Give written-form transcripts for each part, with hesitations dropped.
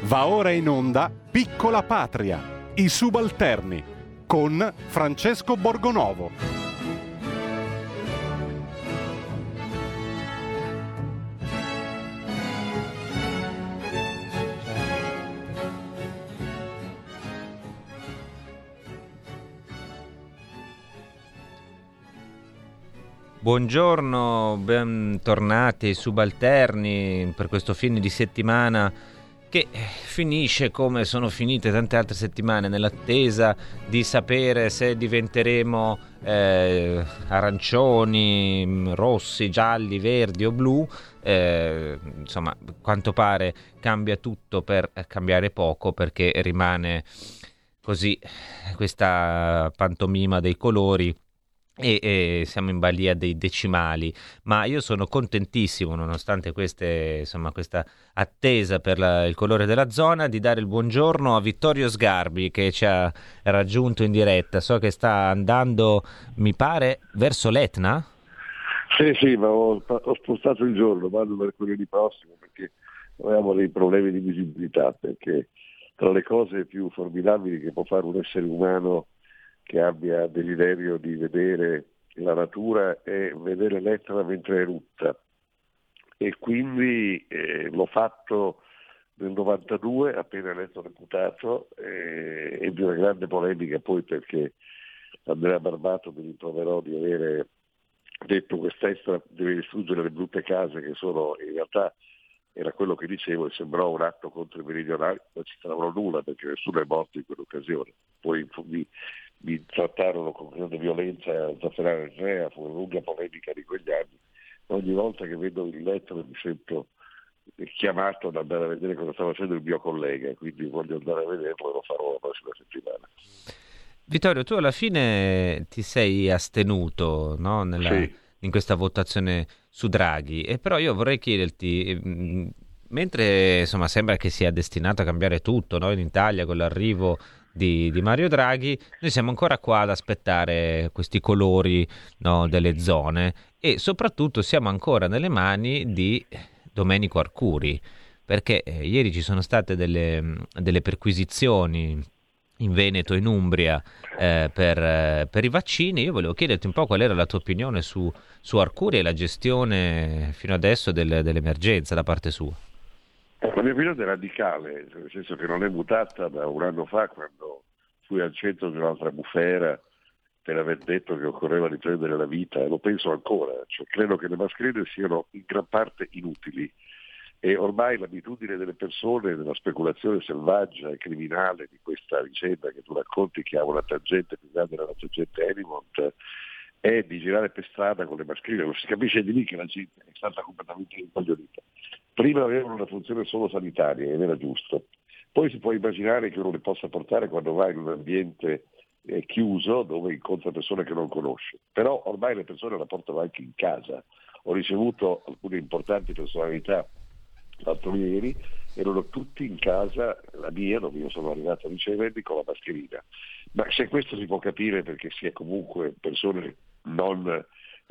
Va ora in onda Piccola Patria, i subalterni, con Francesco Borgonovo. Buongiorno, bentornati ai subalterni per questo fine di settimana che finisce come sono finite tante altre settimane, nell'attesa di sapere se diventeremo arancioni, rossi, gialli, verdi o blu. Insomma, a quanto pare cambia tutto per cambiare poco, perché rimane così questa pantomima dei colori e siamo in balia dei decimali. Ma io sono contentissimo, nonostante questa attesa per il colore della zona, di dare il buongiorno a Vittorio Sgarbi, che ci ha raggiunto in diretta. So che sta andando, mi pare, verso l'Etna. Sì, ma ho spostato il giorno, vado mercoledì prossimo perché avevamo dei problemi di visibilità, perché tra le cose più formidabili che può fare un essere umano che abbia desiderio di vedere la natura è vedere l'Etna mentre erutta, e quindi l'ho fatto nel 92, appena eletto deputato, e di una grande polemica poi, perché Andrea Barbato mi rimproverò di avere detto quest'Etna deve distruggere le brutte case, che sono, in realtà era quello che dicevo, e sembrò un atto contro i meridionali, non ci saranno nulla perché nessuno è morto in quell'occasione. Poi mi trattarono con grande violenza a Zafferano Andrea, fu una lunga polemica di quegli anni. Ogni volta che vedo il letto mi sento chiamato ad andare a vedere cosa sta facendo il mio collega, quindi voglio andare a vederlo e lo farò la prossima settimana. Vittorio, tu alla fine ti sei astenuto, no? Sì. In questa votazione su Draghi, e però io vorrei chiederti, mentre insomma sembra che sia destinato a cambiare tutto, no? In Italia con l'arrivo di Mario Draghi, noi siamo ancora qua ad aspettare questi colori, no, delle zone, e soprattutto siamo ancora nelle mani di Domenico Arcuri, perché ieri ci sono state delle perquisizioni in Veneto e in Umbria per i vaccini. Io volevo chiederti un po' qual era la tua opinione su Arcuri e la gestione fino adesso dell'emergenza da parte sua. La mia opinione è radicale, nel senso che non è mutata da un anno fa, quando fui al centro di un'altra bufera per aver detto che occorreva riprendere la vita, e lo penso ancora. Cioè, credo che le mascherine siano in gran parte inutili, e ormai l'abitudine delle persone nella speculazione selvaggia e criminale di questa vicenda che tu racconti, che ha una tangente più grande della tangente Elimont, è di girare per strada con le mascherine. Non si capisce di lì che la gente è stata completamente incoglionita. Prima avevano una funzione solo sanitaria ed era giusto, poi si può immaginare che uno le possa portare quando va in un ambiente chiuso, dove incontra persone che non conosce, però ormai le persone la portano anche in casa. Ho ricevuto alcune importanti personalità l'altro ieri, erano tutti in casa, la mia, dove io sono arrivato a riceverli, con la mascherina. Ma se questo si può capire perché si è comunque persone non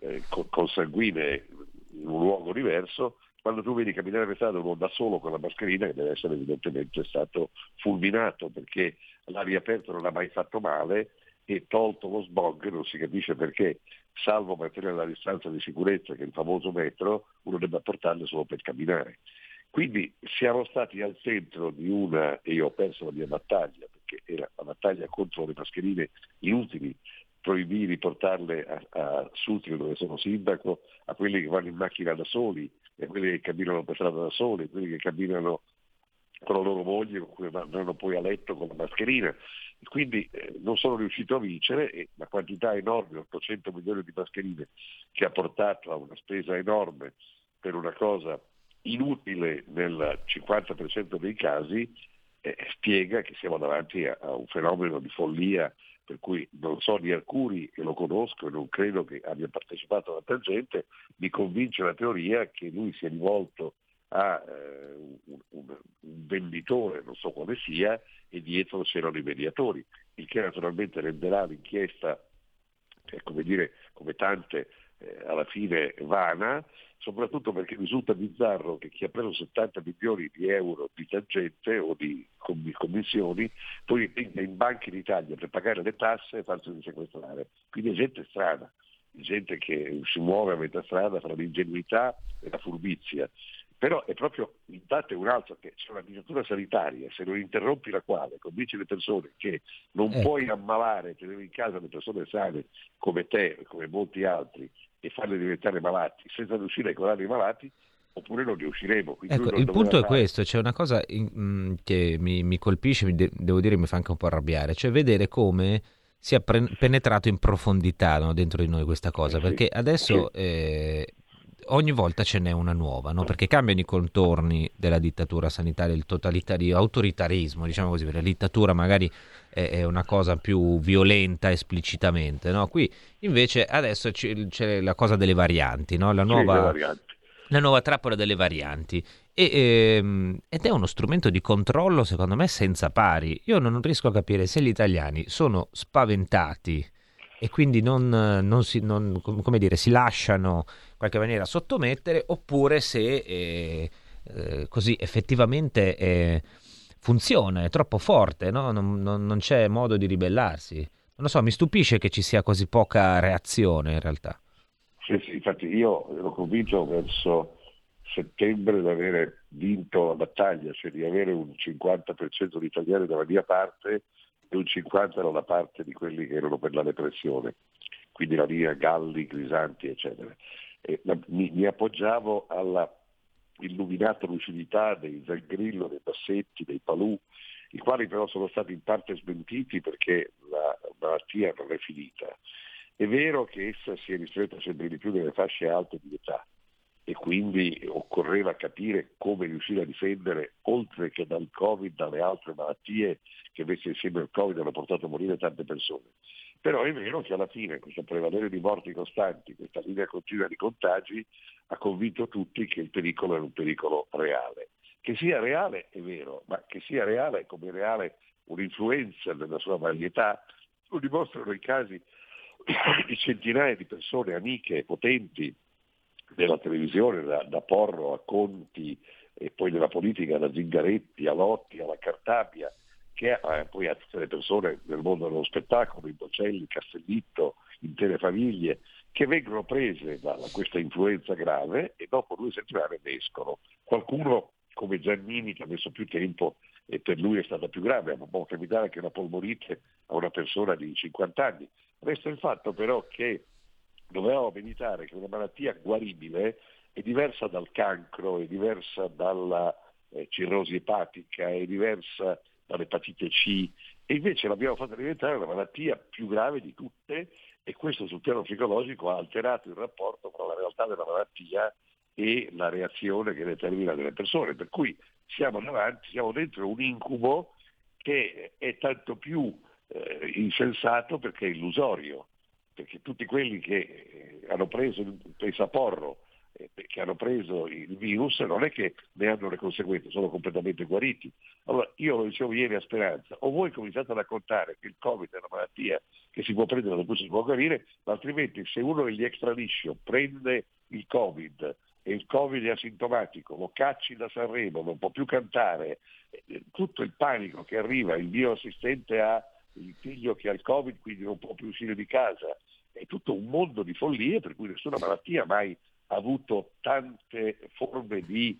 consanguinee in un luogo diverso, quando tu vedi camminare per strada uno da solo con la mascherina, che deve essere evidentemente stato fulminato, perché l'aria aperta non ha mai fatto male, e tolto lo smog, non si capisce perché, salvo mantenere la distanza di sicurezza, che è il famoso metro, uno debba portarle solo per camminare. Quindi siamo stati al centro di una, e io ho perso la mia battaglia, perché era la battaglia contro le mascherine inutili, proibì di portarle a Sutri, dove sono sindaco, a quelli che vanno in macchina da soli, e a quelli che camminano per strada da soli, a quelli che camminano con la loro moglie, con cui vanno poi a letto con la mascherina. Quindi non sono riuscito a vincere, e la quantità enorme, 800 milioni di mascherine, che ha portato a una spesa enorme per una cosa inutile nel 50% dei casi, spiega che siamo davanti a un fenomeno di follia, per cui non so di Arcuri, che lo conosco e non credo che abbia partecipato alla tangente. Mi convince la teoria che lui sia rivolto a un venditore, non so quale sia, e dietro c'erano i mediatori, il che naturalmente renderà l'inchiesta come tante alla fine vana, soprattutto perché risulta bizzarro che chi ha preso 70 milioni di euro di tangente o di commissioni poi tenga in banca in Italia per pagare le tasse e farsi sequestrare. Quindi è gente strana, gente che si muove a metà strada fra l'ingenuità e la furbizia. Però è proprio il dato è un altro, che c'è una dittatura sanitaria, se non interrompi la quale convinci le persone che non puoi ammalare, tenere in casa le persone sane come te, come molti altri, e farle diventare malati senza riuscire a curare i malati, oppure non ne usciremo. Ecco, il punto è questo, c'è una cosa che mi colpisce, devo dire mi fa anche un po' arrabbiare, cioè vedere come sia penetrato in profondità, no, dentro di noi questa cosa, perché adesso ogni volta ce n'è una nuova, no? Perché cambiano i contorni della dittatura sanitaria, il autoritarismo, diciamo così, perché la dittatura magari è una cosa più violenta esplicitamente, no? Qui invece adesso c'è la cosa delle varianti, no? La nuova trappola delle varianti. Ed è uno strumento di controllo secondo me senza pari. Io non riesco a capire se gli italiani sono spaventati e quindi si lasciano in qualche maniera sottomettere, oppure se così effettivamente funziona, è troppo forte, no? Non c'è modo di ribellarsi. Non lo so, mi stupisce che ci sia così poca reazione in realtà. Sì, infatti io ero convinto verso settembre di avere vinto la battaglia, cioè di avere un 50% di italiani dalla mia parte e un 50% dalla parte di quelli che erano per la repressione, quindi la mia Galli, Crisanti, eccetera. Mi appoggiavo alla illuminata lucidità dei Zangrillo, dei Bassetti, dei Palù, i quali però sono stati in parte smentiti perché la malattia non è finita. È vero che essa si è ristretta sempre di più nelle fasce alte di età e quindi occorreva capire come riuscire a difendere, oltre che dal Covid, dalle altre malattie che invece insieme al Covid hanno portato a morire tante persone. Però è vero che alla fine questo prevalere di morti costanti, questa linea continua di contagi, ha convinto tutti che il pericolo era un pericolo reale. Che sia reale è vero, ma che sia reale come reale un'influenza nella sua varietà, lo dimostrano i casi di centinaia di persone amiche e potenti della televisione, da Porro a Conti e poi della politica, da Zingaretti a Lotti alla Cartabia, che poi a tutte le persone nel mondo dello spettacolo, in Bocelli, Castellitto, intere famiglie, che vengono prese da questa influenza grave e dopo 2 settimane ne escono. Qualcuno come Giannini, che ha messo più tempo e per lui è stata più grave, ma può capitare anche una polmonite a una persona di 50 anni. Resta il fatto però che dovevamo meditare che una malattia guaribile è diversa dal cancro, è diversa dalla cirrosi epatica, è diversa dall'epatite C, e invece l'abbiamo fatta diventare una malattia più grave di tutte, e questo sul piano psicologico ha alterato il rapporto tra la realtà della malattia e la reazione che determina delle persone, per cui siamo dentro un incubo che è tanto più insensato perché è illusorio, perché tutti quelli che hanno preso, pensa Porro, che hanno preso il virus non è che ne hanno le conseguenze, sono completamente guariti. Allora io lo dicevo ieri a Speranza, o voi cominciate a raccontare che il Covid è una malattia che si può prendere da cui si può guarire, ma altrimenti se uno degli extra liscio prende il Covid e il Covid è asintomatico, lo cacci da Sanremo, non può più cantare, tutto il panico che arriva, il mio assistente ha il figlio che ha il Covid quindi non può più uscire di casa, è tutto un mondo di follie per cui nessuna malattia mai ha avuto tante forme di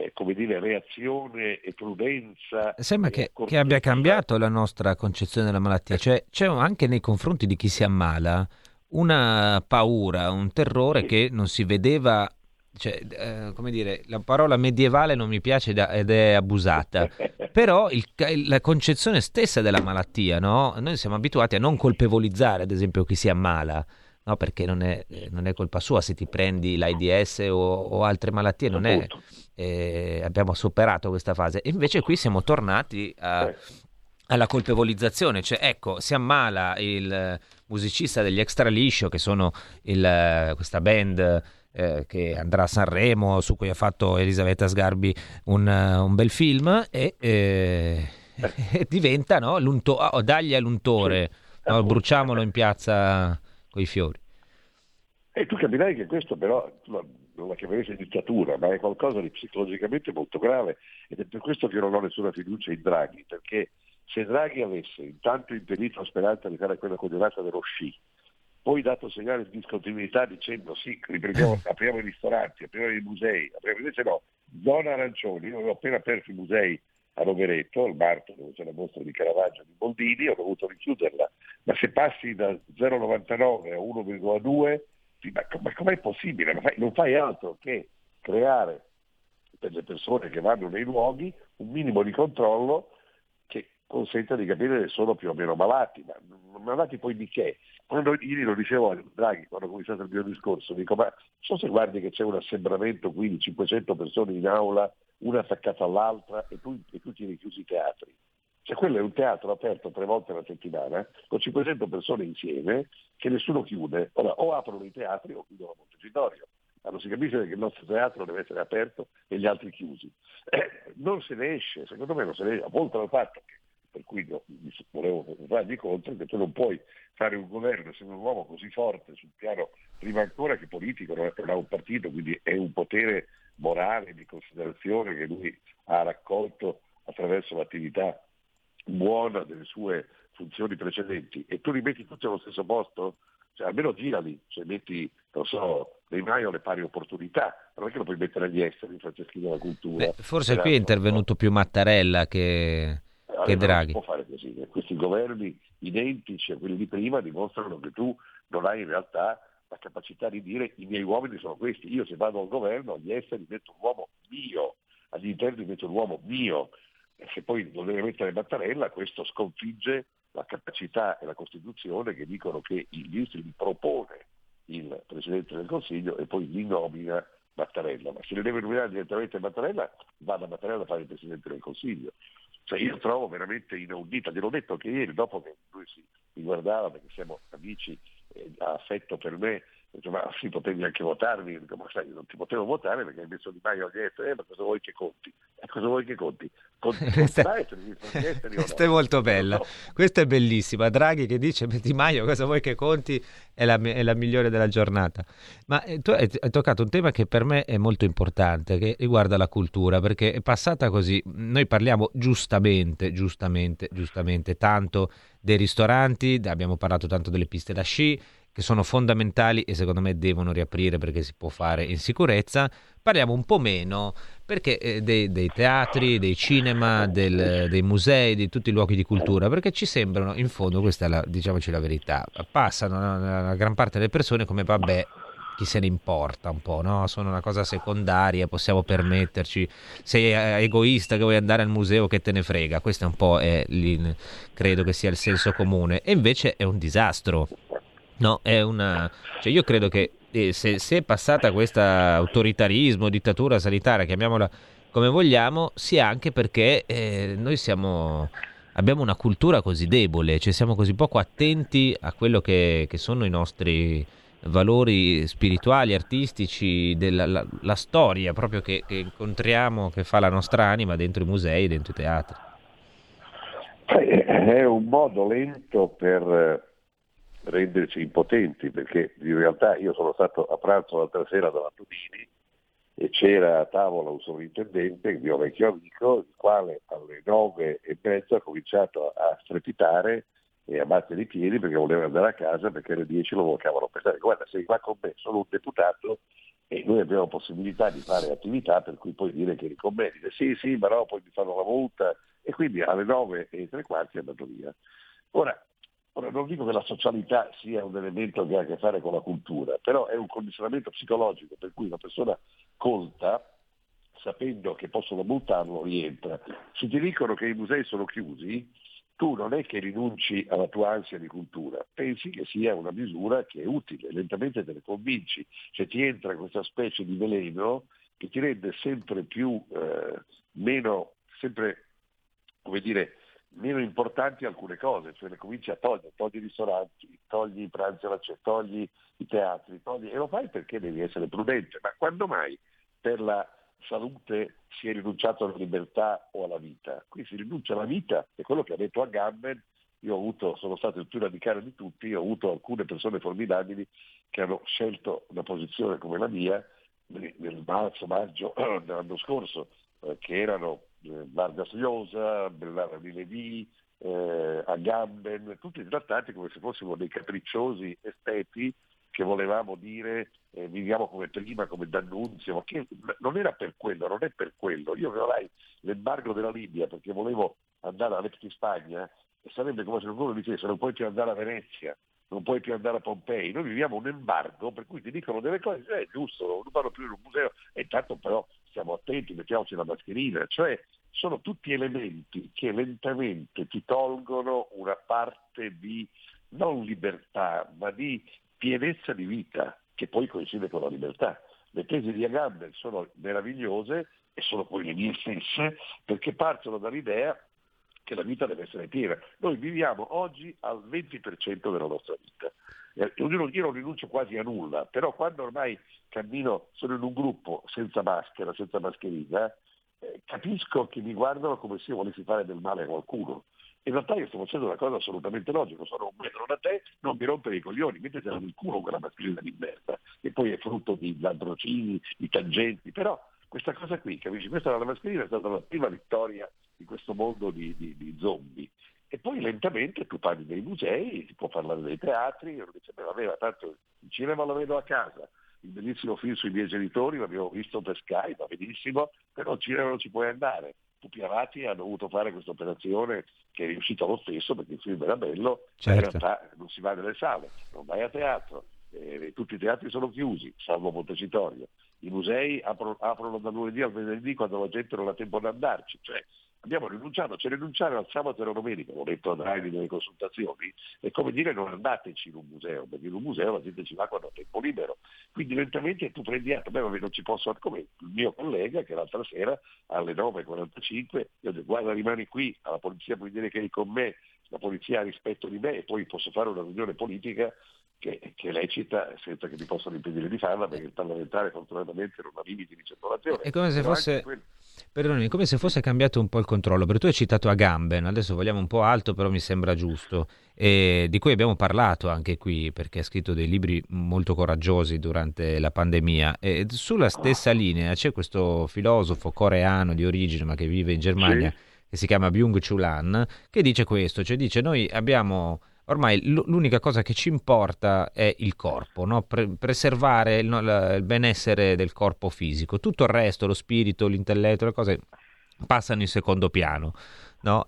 reazione e prudenza. Sembra che abbia cambiato la nostra concezione della malattia, cioè c'è anche nei confronti di chi si ammala una paura, un terrore che non si vedeva. Cioè, la parola medievale non mi piace ed è abusata, però la concezione stessa della malattia, no? Noi siamo abituati a non colpevolizzare, ad esempio, chi si ammala, no? Perché non è colpa sua se ti prendi l'AIDS o altre malattie, non è. Abbiamo superato questa fase, e invece qui siamo tornati alla colpevolizzazione, cioè ecco, si ammala il musicista degli Extra Liscio, che sono questa band che andrà a Sanremo, su cui ha fatto Elisabetta Sgarbi un bel film, e diventa, no, dagli all'untore, no, bruciamolo in piazza coi fiori. E tu capirai che questo però non la chiameresti dittatura, ma è qualcosa di psicologicamente molto grave, ed è per questo che non ho nessuna fiducia in Draghi, perché se Draghi avesse intanto impedito a Speranza di fare quella coordinata dello sci, poi dato segnale di discontinuità dicendo sì, apriamo i ristoranti, apriamo i musei, invece no, zona arancioni, io avevo appena aperto i musei a Rovereto, al Barto, dove c'è la mostra di Caravaggio di Boldini, ho dovuto richiuderla, ma se passi da 0,99 a 1,2, ma com'è possibile? Non fai altro che creare per le persone che vanno nei luoghi un minimo di controllo che consenta di capire se sono più o meno malati, ma malati poi di che? Quando ieri lo dicevo a Draghi, quando ho cominciato il mio discorso, dico, ma non so se guardi che c'è un assembramento qui di 500 persone in aula, una attaccata all'altra, e tu tieni chiusi i teatri. Cioè quello è un teatro aperto 3 volte alla settimana, con 500 persone insieme, che nessuno chiude. Ora, o aprono i teatri o chiudono a Montecitorio. Ma non si capisce che il nostro teatro deve essere aperto e gli altri chiusi. Non se ne esce, secondo me non se ne esce, oltre al fatto che, per cui volevo fargli conto, che tu non puoi fare un governo essendo un uomo così forte sul piano, prima ancora che politico, non ha un partito, quindi è un potere morale di considerazione che lui ha raccolto attraverso l'attività buona delle sue funzioni precedenti, e tu li metti tutti allo stesso posto? Cioè, almeno girali, cioè metti, non so, Di Maio le pari opportunità, non è che lo puoi mettere agli esteri, Franceschino della Cultura. Forse qui è intervenuto più Mattarella che Non si Draghi. può fare così. Questi governi identici a quelli di prima dimostrano che tu non hai in realtà la capacità di dire i miei uomini sono questi, io se vado al governo agli esteri metto un uomo mio, agli interni metto un uomo mio, e se poi lo deve mettere Mattarella, questo sconfigge la capacità e la Costituzione che dicono che il ministro li propone il Presidente del Consiglio e poi li nomina Mattarella, ma se le deve nominare direttamente Mattarella, va da Mattarella a fare il Presidente del Consiglio. Cioè io trovo veramente inaudita, gliel'ho detto anche ieri, dopo che lui mi guardava, perché siamo amici, ha affetto per me, dice, ma sì, potevi anche votarmi, dico, ma sai, non ti potevo votare perché hai messo Di Maio agli esteri, ma cosa vuoi che conti? Cosa vuoi che conti? Questa è molto bella, questa è bellissima. Draghi che dice Di Maio cosa vuoi che conti è la migliore della giornata. Ma tu hai toccato un tema che per me è molto importante, che riguarda la cultura, perché è passata così. Noi parliamo giustamente tanto dei ristoranti, abbiamo parlato tanto delle piste da sci, che sono fondamentali e secondo me devono riaprire perché si può fare in sicurezza. Parliamo un po' meno perché dei teatri, dei cinema, dei musei, di tutti i luoghi di cultura, perché ci sembrano, in fondo, questa è diciamoci la verità, passano la gran parte delle persone come vabbè, chi se ne importa un po', no? Sono una cosa secondaria, possiamo permetterci, sei egoista che vuoi andare al museo, che te ne frega, questo è un po' credo che sia il senso comune, e invece è un disastro. No, cioè io credo che se è passata questa autoritarismo, dittatura sanitaria, chiamiamola come vogliamo, sia anche perché noi abbiamo una cultura così debole, cioè siamo così poco attenti a quello che sono i nostri valori spirituali, artistici, la storia proprio che incontriamo, che fa la nostra anima dentro i musei, dentro i teatri. È un modo lento per renderci impotenti, perché in realtà io sono stato a pranzo l'altra sera da Tonini e c'era a tavola un sovrintendente, il mio vecchio amico, il quale alle 9:30 ha cominciato a strepitare e a battere i piedi perché voleva andare a casa, perché alle 10 lo volcavano pesare. Guarda, sei qua con me, sono un deputato e noi abbiamo possibilità di fare attività per cui puoi dire che eri con me. Dice sì, ma no, poi mi fanno la multa, e quindi alle 9:15 è andato via. Ora non dico che la socialità sia un elemento che ha a che fare con la cultura, però è un condizionamento psicologico per cui una persona colta, sapendo che possono multarlo, rientra. Se ti dicono che i musei sono chiusi, tu non è che rinunci alla tua ansia di cultura, pensi che sia una misura che è utile, lentamente te ne convinci, cioè ti entra questa specie di veleno che ti rende sempre più meno importanti alcune cose, cioè le cominci a togliere, togli i ristoranti, togli i pranzi alla cena, togli i teatri, e lo fai perché devi essere prudente, ma quando mai per la salute si è rinunciato alla libertà o alla vita? Qui si rinuncia alla vita, è quello che ha detto Agamben sono stato il più radicale di tutti, ho avuto alcune persone formidabili che hanno scelto una posizione come la mia nel marzo-maggio dell'anno scorso, che erano Vargas Llosa, Bernard Levi, Agamben, tutti trattati come se fossimo dei capricciosi esteti che volevamo dire viviamo come prima, come D'Annunzio, ma che non era per quello, non è per quello. Io violai l'embargo della Libia perché volevo andare all'ex Spagna e sarebbe come se qualcuno dicesse non puoi più andare a Venezia, non puoi più andare a Pompei. Noi viviamo un embargo per cui ti dicono delle cose, è giusto, non vanno più in un museo, e intanto però stiamo attenti, mettiamoci la mascherina, cioè sono tutti elementi che lentamente ti tolgono una parte di non libertà, ma di pienezza di vita, che poi coincide con la libertà. Le tesi di Agamben sono meravigliose e sono poi le mie stesse, perché partono dall'idea che la vita deve essere piena. Noi viviamo oggi al 20% della nostra vita. Io non rinuncio quasi a nulla, però quando ormai cammino, sono in un gruppo senza maschera, senza mascherina, capisco che mi guardano come se io volessi fare del male a qualcuno. In realtà io sto facendo una cosa assolutamente logica, sono un metro da te, non mi rompere i coglioni, mettetela nel culo quella mascherina di merda, che poi è frutto di ladrocini, di tangenti, però questa cosa qui, capisci? Questa la mascherina è stata la prima vittoria di questo mondo di zombie. E poi lentamente tu parli dei musei, si può parlare dei teatri, io dice, vabbè, tanto il cinema lo vedo a casa, il bellissimo film sui miei genitori l'abbiamo visto per Sky, va benissimo, però al cinema non ci puoi andare. Pupi Avati hanno dovuto fare questa operazione che è riuscita lo stesso perché il film era bello, certo. Ma in realtà non si va nelle sale, non vai a teatro, tutti i teatri sono chiusi, salvo Montecitorio. I musei aprono da lunedì al venerdì quando la gente non ha tempo di andarci, cioè abbiamo rinunciato, c'è rinunciare al sabato e alla domenica, l'ho detto a Draghi nelle consultazioni, è come dire non andateci in un museo, perché in un museo la gente ci va quando ha tempo libero. Quindi lentamente tu prendi atto, non ci posso, come il mio collega che l'altra sera alle 9.45, io ho detto guarda rimani qui, alla polizia puoi dire che eri con me, la polizia ha rispetto di me e poi posso fare una riunione politica che lecita senza che mi possano impedire di farla, perché il parlamentare fortunatamente non ha limiti di circolazione. È come se Però fosse, perdonami, come se fosse cambiato un po' il controllo, perché tu hai citato Agamben, adesso vogliamo un po' alto, però mi sembra giusto, e di cui abbiamo parlato anche qui, perché ha scritto dei libri molto coraggiosi durante la pandemia, e sulla stessa linea c'è questo filosofo coreano di origine, ma che vive in Germania, sì. che si chiama Byung-Chul Han, che dice questo, cioè dice noi abbiamo... Ormai l'unica cosa che ci importa è il corpo, no? Preservare il benessere del corpo fisico. Tutto il resto, lo spirito, l'intelletto, le cose passano in secondo piano. No?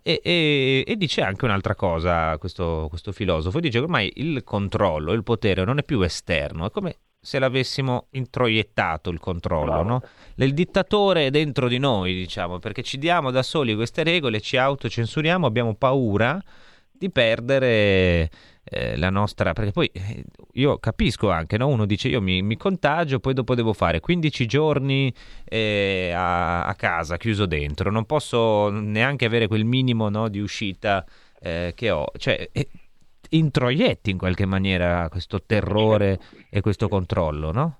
E dice anche un'altra cosa, questo filosofo, dice che ormai il controllo, il potere non è più esterno, è come se l'avessimo introiettato il controllo, no? Il dittatore è dentro di noi, diciamo, perché ci diamo da soli queste regole, ci autocensuriamo, abbiamo paura di perdere la nostra, perché poi io capisco anche, no? Uno dice io mi contagio, poi dopo devo fare 15 giorni a casa, chiuso dentro, non posso neanche avere quel minimo, no, di uscita che ho, cioè introietti in qualche maniera questo terrore e questo controllo, no?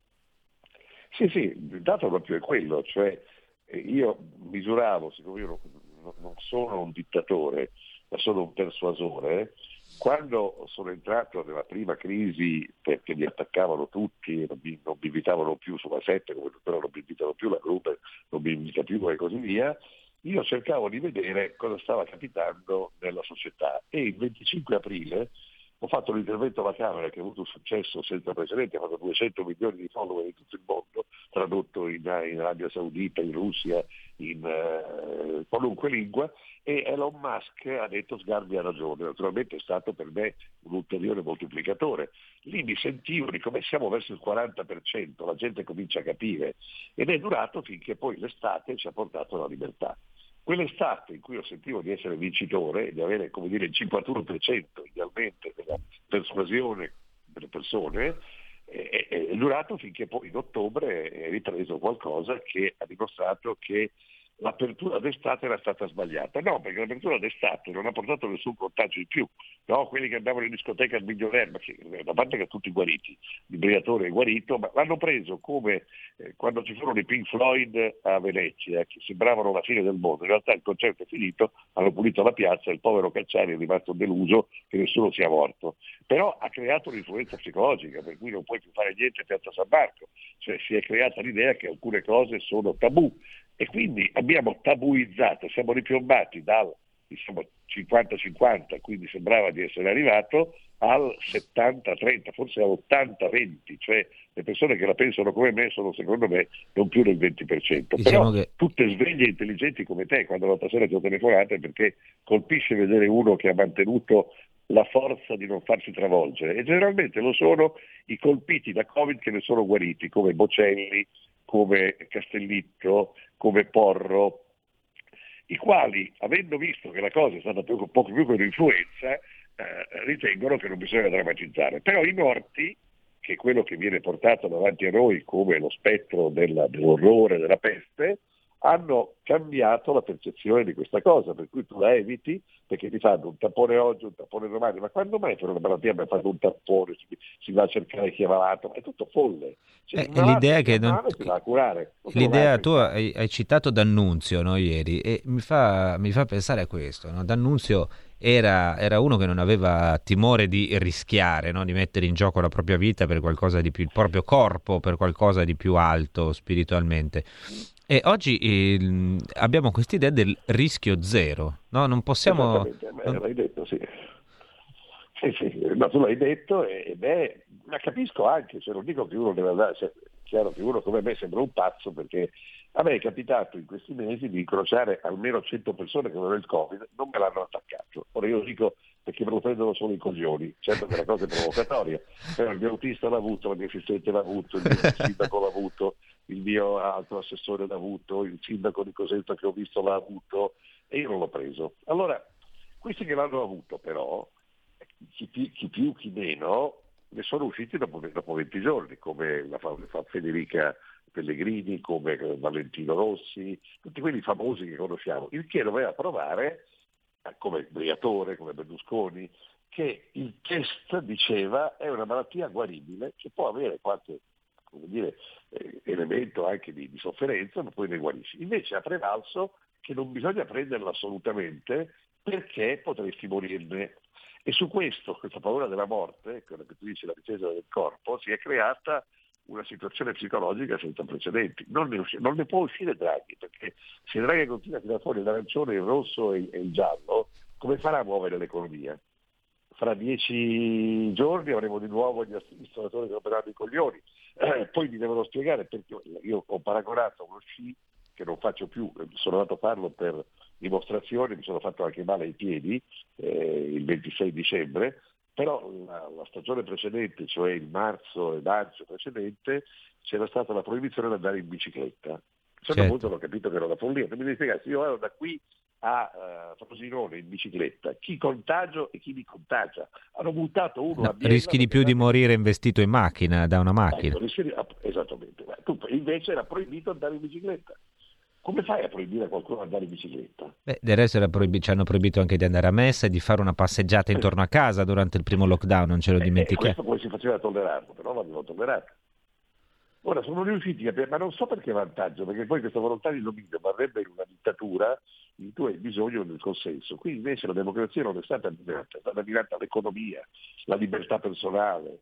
Sì, il dato proprio è quello, cioè io misuravo, siccome io non sono un dittatore, ma sono un persuasore, quando sono entrato nella prima crisi perché mi attaccavano tutti, non mi invitavano più sulla 7, come però non mi invitano più la Gruber, non mi invita più e così via, io cercavo di vedere cosa stava capitando nella società e il 25 aprile ho fatto un intervento alla Camera che ha avuto un successo senza precedenti, ha fatto 200 milioni di follower in tutto il mondo, tradotto in Arabia Saudita, in Russia, in qualunque lingua, e Elon Musk ha detto Sgarbi ha ragione, naturalmente è stato per me un ulteriore moltiplicatore. Lì mi sentivo di come siamo verso il 40%, la gente comincia a capire, ed è durato finché poi l'estate ci ha portato alla libertà. Quell'estate in cui io sentivo di essere vincitore, di avere come dire il 51% idealmente della persuasione delle persone, è durato finché poi in ottobre è ripreso qualcosa che ha dimostrato che l'apertura d'estate era stata sbagliata. No, perché l'apertura d'estate non ha portato nessun contagio in più. No, quelli che andavano in discoteca al migliorerba, da parte che tutti guariti, il Briatore è guarito, ma l'hanno preso come quando ci furono i Pink Floyd a Venezia, che sembravano la fine del mondo. In realtà il concerto è finito, hanno pulito la piazza, il povero Cacciari è rimasto deluso che nessuno sia morto. Però ha creato un'influenza psicologica, per cui non puoi più fare niente a Piazza San Marco. Cioè si è creata l'idea che alcune cose sono tabù. E quindi abbiamo tabuizzato, siamo ripiombati dal 50-50, quindi sembrava di essere arrivato, al 70-30, forse all'80-20, cioè le persone che la pensano come me sono secondo me non più del 20%. Diciamo Però tutte sveglie e intelligenti come te, quando l'altra sera ti ho telefonato, perché colpisce vedere uno che ha mantenuto la forza di non farsi travolgere, e generalmente lo sono i colpiti da Covid che ne sono guariti, come Bocelli, come Castellitto, come Porro, i quali, avendo visto che la cosa è stata poco più che un'influenza, ritengono che non bisogna drammatizzare. Però i morti, che è quello che viene portato davanti a noi come lo spettro dell'orrore, della peste, hanno cambiato la percezione di questa cosa, per cui tu la eviti perché ti fanno un tampone oggi, un tampone domani, ma quando mai per una malattia mi fanno un tampone, si va a cercare chi è malato, ma è tutto folle. Cioè, l'idea che si va a curare. L'idea tu hai citato D'Annunzio, no, ieri, e mi fa pensare a questo, no? D'Annunzio era uno che non aveva timore di rischiare, no? Di mettere in gioco la propria vita per qualcosa di più, il proprio corpo per qualcosa di più alto spiritualmente. E oggi abbiamo quest'idea del rischio zero, no? Non possiamo... L'hai detto, sì. Sì, ma tu l'hai detto ma capisco anche, se non dico che uno deve andare, chiaro che uno come me sembra un pazzo, perché a me è capitato in questi mesi di incrociare almeno 100 persone che avevano il Covid, non me l'hanno attaccato. Ora io dico perché me lo prendono solo i coglioni, certo che la cosa è provocatoria, però il mio autista l'ha avuto, il mio assistente l'ha avuto, il mio sindaco l'ha avuto, il mio altro assessore l'ha avuto, il sindaco di Cosenza che ho visto l'ha avuto e io non l'ho preso. Allora, questi che l'hanno avuto però, chi più chi meno, ne sono usciti dopo 20 giorni, come la fa Federica Pellegrini, come Valentino Rossi, tutti quelli famosi che conosciamo, il che doveva provare, come Briatore, come Berlusconi, che il test diceva è una malattia guaribile, che può avere qualche elemento anche di sofferenza, ma poi ne guarisci. Invece ha prevalso che non bisogna prenderla assolutamente perché potresti morirne. E su questa paura della morte, quello che tu dici, la difesa del corpo, si è creata una situazione psicologica senza precedenti. Non ne può uscire Draghi, perché se Draghi continua a tirare fuori l'arancione, il rosso e il giallo, come farà a muovere l'economia? Fra 10 giorni avremo di nuovo gli ristoratori che operanno i coglioni. Poi mi devono spiegare perché io ho paragonato uno sci che non faccio più, sono andato a farlo per dimostrazione, mi sono fatto anche male ai piedi il 26 dicembre, però la stagione precedente, cioè il marzo e maggio precedente, c'era stata la proibizione di andare in bicicletta. A un certo punto ho capito che era una follia, mi devi spiegare, se io ero da qui a Frosinone in bicicletta, chi contagio e chi mi contagia? Hanno buttato uno a Biella, rischi di più di morire investito in macchina, da una macchina. Esattamente, invece era proibito andare in bicicletta. Come fai a proibire a qualcuno di andare in bicicletta? Del resto ci hanno proibito anche di andare a messa e di fare una passeggiata intorno a casa durante il primo lockdown, non ce lo dimentichiamo. Questo poi si faceva tollerarlo, però l'abbiamo tollerato. Ora sono riusciti ma non so perché vantaggio, perché poi questa volontà di dominio varrebbe in una dittatura in cui hai bisogno del consenso. Qui invece la democrazia non è stata mirata, è stata mirata l'economia, la libertà personale.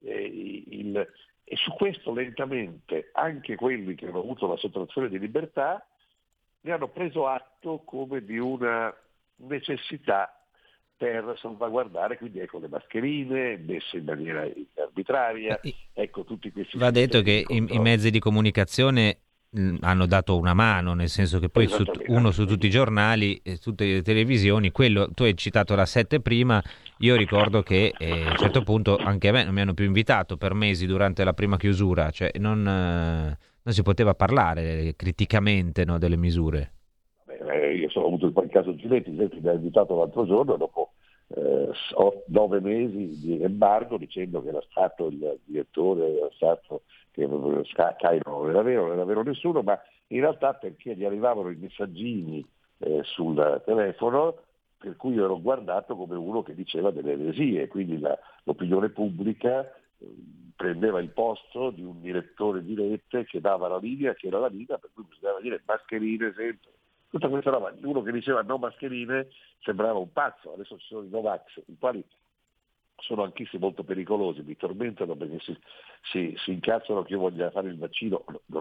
E su questo lentamente anche quelli che hanno avuto la sottrazione di libertà ne hanno preso atto come di una necessità per salvaguardare, quindi ecco le mascherine messe in maniera arbitraria, ecco tutti questi... Va detto che i mezzi di comunicazione hanno dato una mano, nel senso che poi su tutti i giornali, tutte le televisioni, quello tu hai citato la 7 prima, io ricordo che a un certo punto anche a me non mi hanno più invitato per mesi durante la prima chiusura, cioè non si poteva parlare criticamente, no, delle misure. Io sono avuto il caso Giletti mi ha invitato l'altro giorno, dopo 9 mesi di embargo, dicendo che era stato il direttore, era stato che Sky non era vero nessuno, ma in realtà perché gli arrivavano i messaggini sul telefono, per cui io ero guardato come uno che diceva delle eresie, quindi l'opinione pubblica prendeva il posto di un direttore di rete che dava la linea, che era la linea, per cui bisognava dire mascherine sempre. Tutta questa roba, uno che diceva no mascherine sembrava un pazzo. Adesso ci sono i Novax, i quali sono anch'essi molto pericolosi, mi tormentano perché si incazzano che io voglia fare il vaccino,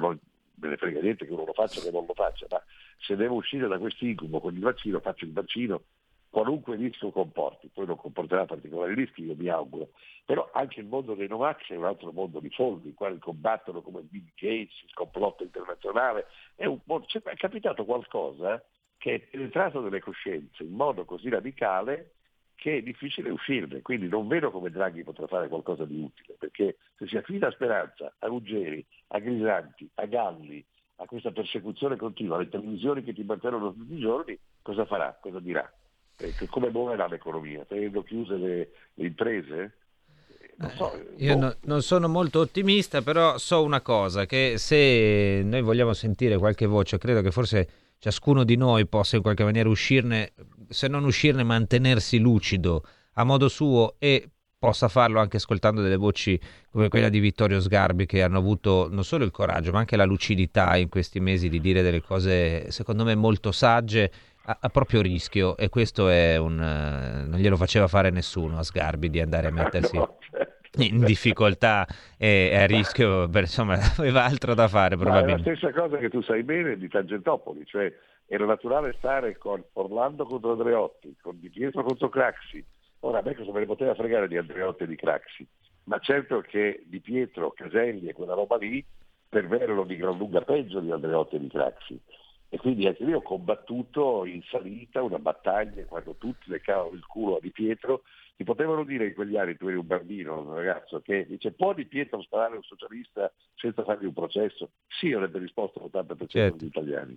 me ne frega niente che uno lo faccia o che non lo faccia, ma se devo uscire da questo incubo con il vaccino, faccio il vaccino, qualunque rischio comporti, poi non comporterà particolari rischi, io mi auguro, però anche il mondo dei Novax è un altro mondo di folli, i quali combattono come Bill Gates, il complotto internazionale, è capitato qualcosa che è penetrato nelle coscienze in modo così radicale che è difficile uscirne, quindi non vedo come Draghi potrà fare qualcosa di utile, perché se si affida a Speranza, a Ruggeri, a Grisanti, a Galli, a questa persecuzione continua, alle televisioni che ti batterono tutti i giorni, cosa farà? Cosa dirà? Come muoverà l'economia? Tenendo chiuse le imprese? Non so, io non sono molto ottimista, però so una cosa, che se noi vogliamo sentire qualche voce, credo che forse ciascuno di noi possa in qualche maniera uscirne, se non uscirne, mantenersi lucido a modo suo, e possa farlo anche ascoltando delle voci come quella di Vittorio Sgarbi, che hanno avuto non solo il coraggio ma anche la lucidità in questi mesi di dire delle cose secondo me molto sagge a proprio rischio, e questo è non glielo faceva fare nessuno a Sgarbi di andare a mettersi in difficoltà e a rischio, insomma aveva altro da fare probabilmente. È la stessa cosa che tu sai bene di Tangentopoli, cioè era naturale stare con Orlando contro Andreotti, con Di Pietro contro Craxi. Ora a me cosa me ne poteva fregare di Andreotti e di Craxi, ma certo che Di Pietro, Caselli e quella roba lì per me erano di gran lunga peggio di Andreotti e di Craxi. E quindi anche io ho combattuto in salita una battaglia quando tutti le cavano il culo a Di Pietro. Ti potevano dire in quegli anni, tu eri un bambino, un ragazzo, che dice può Di Pietro sparare a un socialista senza fargli un processo? Sì, avrebbe risposto l'80% degli italiani.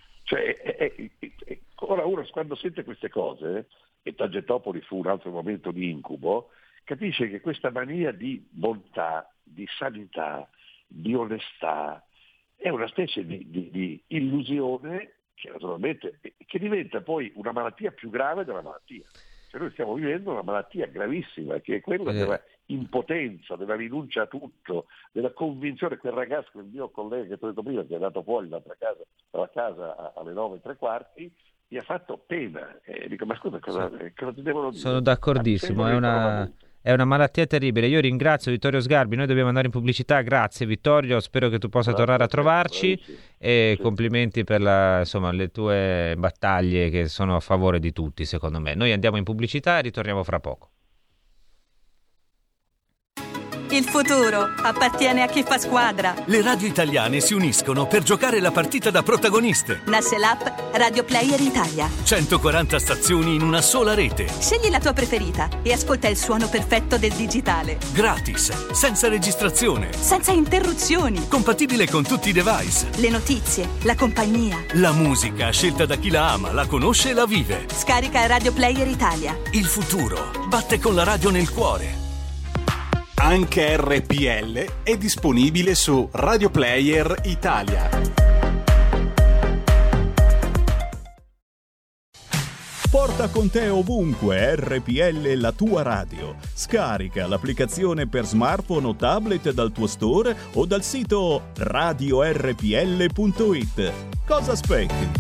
Cioè, ora uno quando sente queste cose, e Tangentopoli fu un altro momento di incubo, capisce che questa mania di bontà, di sanità, di onestà, è una specie di illusione che naturalmente che diventa poi una malattia più grave della malattia. Cioè noi stiamo vivendo una malattia gravissima, che è quella della impotenza, della rinuncia a tutto, della convinzione. Quel ragazzo, quel mio collega che ti ho detto prima, che è andato fuori dalla casa alle 9:15, mi ha fatto pena. Dico, ma scusa, cosa ti devono dire? Sono d'accordissimo, è una malattia terribile. Io ringrazio Vittorio Sgarbi, noi dobbiamo andare in pubblicità. Grazie Vittorio, spero che tu possa tornare a trovarci e complimenti per le tue battaglie che sono a favore di tutti, secondo me. Noi andiamo in pubblicità e ritorniamo fra poco. Il futuro appartiene a chi fa squadra. Le radio italiane si uniscono per giocare la partita da protagoniste. Nasce l'app Radio Player Italia. 140 stazioni in una sola rete. Scegli la tua preferita e ascolta il suono perfetto del digitale. Gratis, senza registrazione. Senza interruzioni. Compatibile con tutti i device. Le notizie, la compagnia. La musica scelta da chi la ama, la conosce e la vive. Scarica Radio Player Italia. Il futuro batte con la radio nel cuore. Anche RPL è disponibile su Radio Player Italia. Porta con te ovunque RPL, la tua radio. Scarica l'applicazione per smartphone o tablet dal tuo store o dal sito radiorpl.it. Cosa aspetti?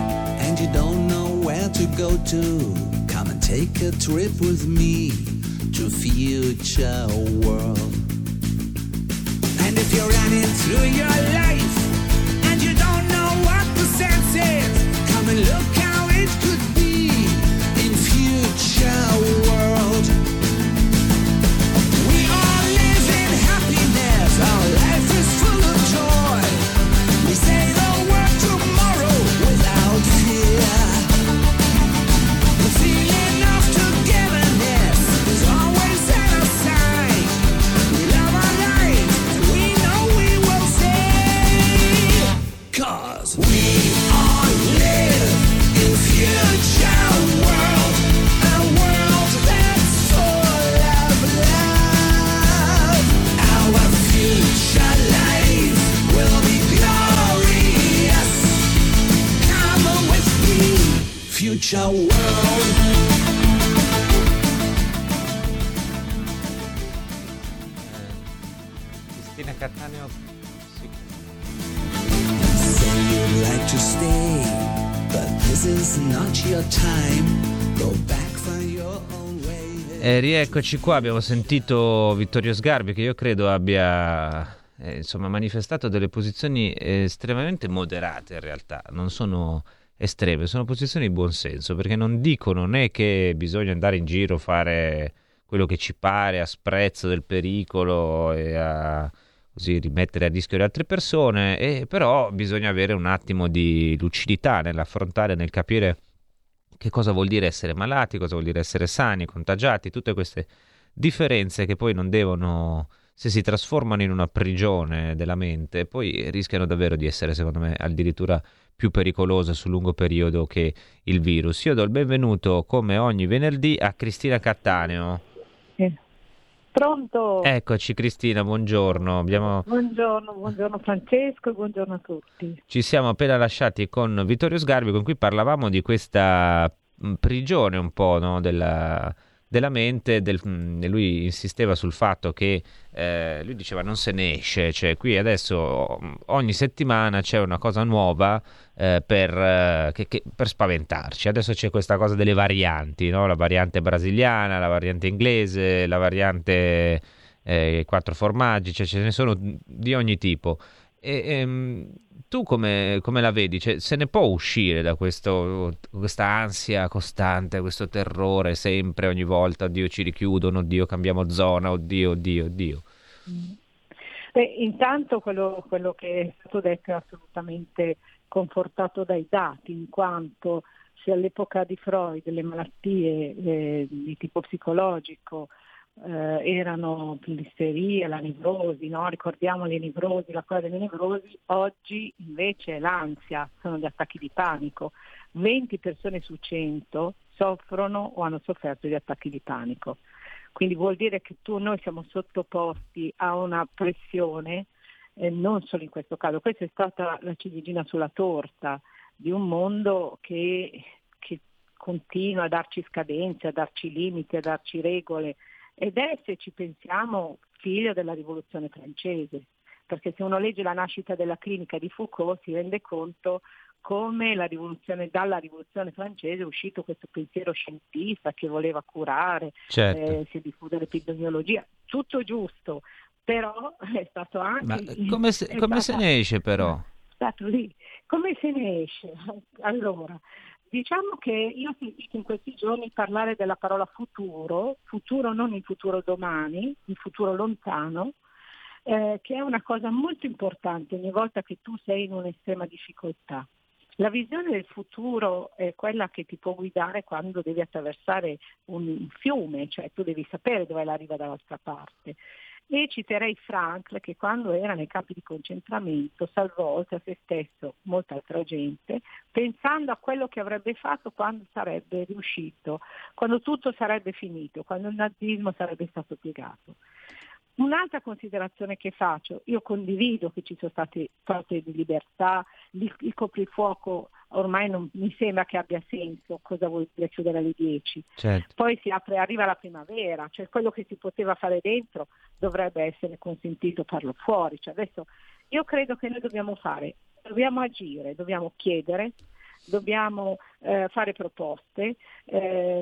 Come and take a trip with me to future world. And if you're running through your life and you don't know what the sense is, come and look how it could be in future world. We all live in happiness, our life is full of joy. We say the word tomorrow without fear. The feeling of togetherness is always at our side. We love our life and we know we will stay. 'Cause we all live in future world, a world that's full of love. Our future life will be glorious. Come with me, future world. Cristina Cattaneo, sì. Say you'd like to stay, but this is not your time. Go back, find your own way. Rieccoci qua, abbiamo sentito Vittorio Sgarbi che io credo abbia manifestato delle posizioni estremamente moderate in realtà, non sono estreme, sono posizioni di buonsenso, perché non dicono né che bisogna andare in giro a fare quello che ci pare a sprezzo del pericolo e a così rimettere a rischio le altre persone, e però bisogna avere un attimo di lucidità nell'affrontare, nel capire che cosa vuol dire essere malati, cosa vuol dire essere sani, contagiati, tutte queste differenze che poi non devono, se si trasformano in una prigione della mente, poi rischiano davvero di essere, secondo me, addirittura più pericolose sul lungo periodo che il virus. Io do il benvenuto, come ogni venerdì, a Cristina Cattaneo. Pronto? Eccoci Cristina, buongiorno. Buongiorno Francesco e buongiorno a tutti. Ci siamo appena lasciati con Vittorio Sgarbi, con cui parlavamo di questa prigione un po', no, della mente. Lui insisteva sul fatto che lui diceva non se ne esce, cioè qui adesso ogni settimana c'è una cosa nuova per spaventarci. Adesso c'è questa cosa delle varianti, no? La variante brasiliana, la variante inglese, la variante 4 formaggi, cioè ce ne sono di ogni tipo. Tu come la vedi? Cioè, se ne può uscire da questa ansia costante, questo terrore sempre, ogni volta, oddio ci richiudono, oddio cambiamo zona, oddio. Intanto quello che è stato detto è assolutamente confortato dai dati, in quanto se all'epoca di Freud le malattie di tipo psicologico erano l'isteria, la nevrosi, no? Ricordiamo le nevrosi, la cura delle nevrosi, oggi invece è l'ansia, sono gli attacchi di panico. 20 persone su 100 soffrono o hanno sofferto di attacchi di panico. Quindi vuol dire che noi siamo sottoposti a una pressione, non solo in questo caso. Questa è stata la ciliegina sulla torta di un mondo che continua a darci scadenze, a darci limiti, a darci regole. Ed è, se ci pensiamo, figlio della rivoluzione francese, perché se uno legge La nascita della clinica di Foucault si rende conto come dalla rivoluzione francese è uscito questo pensiero scientista che voleva curare, certo. Si diffude l'epidemiologia, tutto giusto, però è stato anche... Ma come se ne esce però? È stato lì. Come se ne esce? Allora... Diciamo che io ho sentito in questi giorni parlare della parola futuro non il futuro domani, il futuro lontano, che è una cosa molto importante ogni volta che tu sei in un'estrema difficoltà. La visione del futuro è quella che ti può guidare quando devi attraversare un fiume, cioè tu devi sapere dove è la riva dall'altra parte. E citerei Frankl che quando era nei campi di concentramento salvò oltre a se stesso molta altra gente, pensando a quello che avrebbe fatto quando sarebbe riuscito, quando tutto sarebbe finito, quando il nazismo sarebbe stato piegato. Un'altra considerazione che faccio, io condivido che ci sono state forze di libertà, il coprifuoco ormai non mi sembra che abbia senso, cosa vuol dire chiudere alle 10? Certo. Poi arriva la primavera, cioè quello che si poteva fare dentro dovrebbe essere consentito farlo fuori. Cioè adesso io credo che noi dobbiamo agire, dobbiamo chiedere, dobbiamo fare proposte,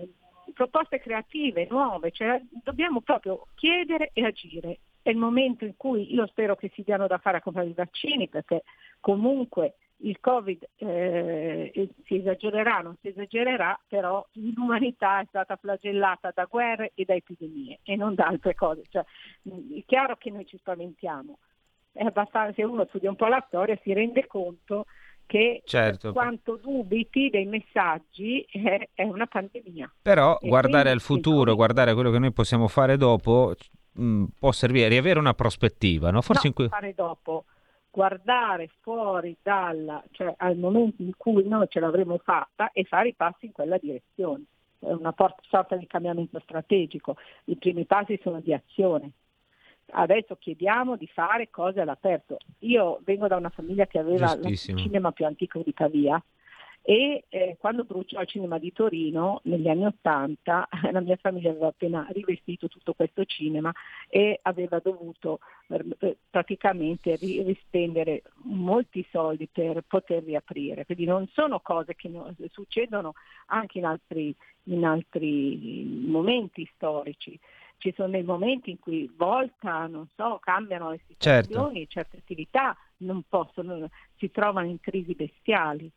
proposte creative, nuove, cioè dobbiamo proprio chiedere e agire. È il momento in cui io spero che si diano da fare a comprare i vaccini, perché comunque il Covid si esagererà, non si esagererà, però l'umanità è stata flagellata da guerre e da epidemie e non da altre cose. Cioè, è chiaro che noi ci spaventiamo, è abbastanza, se uno studia un po' la storia si rende conto che certo, quanto dubiti dei messaggi è una pandemia. Però E guardare quindi al futuro, guardare quello che noi possiamo fare dopo, può servire, riavere una prospettiva, no? Forse no, in cui... fare dopo, guardare fuori cioè al momento in cui noi ce l'avremo fatta e fare i passi in quella direzione. È una sorta di cambiamento strategico. I primi passi sono di azione. Adesso chiediamo di fare cose all'aperto. Io vengo da una famiglia che aveva il cinema più antico di Pavia e quando bruciò il cinema di Torino negli anni '80 la mia famiglia aveva appena rivestito tutto questo cinema e aveva dovuto praticamente rispendere molti soldi per poter riaprire. Quindi non sono cose che succedono anche in altri momenti storici. Ci sono dei momenti in cui cambiano le situazioni, certe attività non possono, si trovano in crisi bestiali.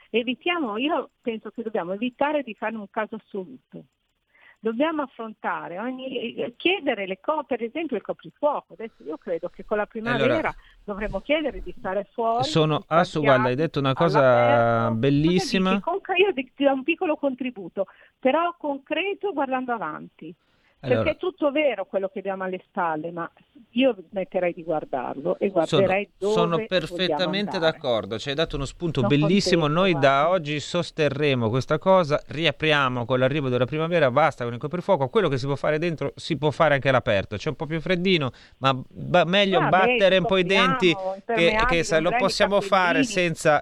Io penso che dobbiamo evitare di fare un caso assoluto. Dobbiamo affrontare chiedere le cose, per esempio il coprifuoco. Adesso io credo che con la primavera dovremmo chiedere di stare fuori. Guarda, hai detto una cosa bellissima. Io ti do un piccolo contributo, però concreto, guardando avanti. Perché è tutto vero quello che abbiamo alle spalle, ma io smetterei di guardarlo e guarderei dove sono perfettamente d'accordo, ci hai dato uno spunto non bellissimo. contento, Noi guarda. da oggi sosterremo questa cosa, riapriamo con l'arrivo della primavera, basta con il coprifuoco, quello che si può fare dentro si può fare anche all'aperto, c'è un po' più freddino, ma meglio battere un po' i denti, che lo possiamo fare senza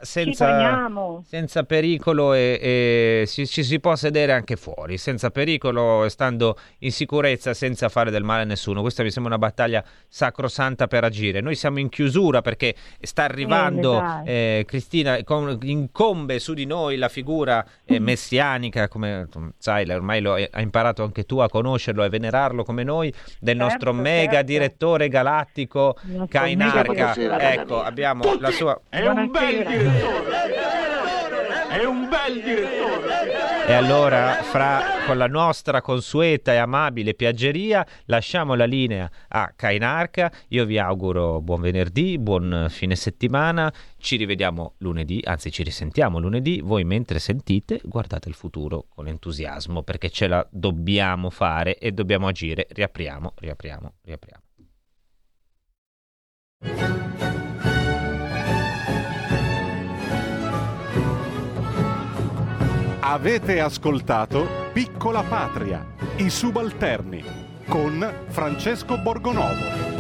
pericolo e ci si può sedere anche fuori, senza pericolo, stando in sicurezza, senza fare del male a nessuno. Questa mi sembra una battaglia sacrosanta per agire. Noi siamo in chiusura perché sta arrivando Cristina, incombe su di noi la figura messianica, come sai, ormai ha imparato anche tu a conoscerlo e venerarlo come noi, del nostro mega direttore galattico Kainarka. Ecco, abbiamo la sua... È un bel direttore. E allora, con la nostra consueta e amabile piaggeria, lasciamo la linea a Kainarka. Io vi auguro buon venerdì, buon fine settimana. Ci rivediamo lunedì, anzi ci risentiamo lunedì. Voi mentre sentite, guardate il futuro con entusiasmo, perché ce la dobbiamo fare e dobbiamo agire. Riapriamo. Avete ascoltato Piccola Patria, i subalterni, con Francesco Borgonovo.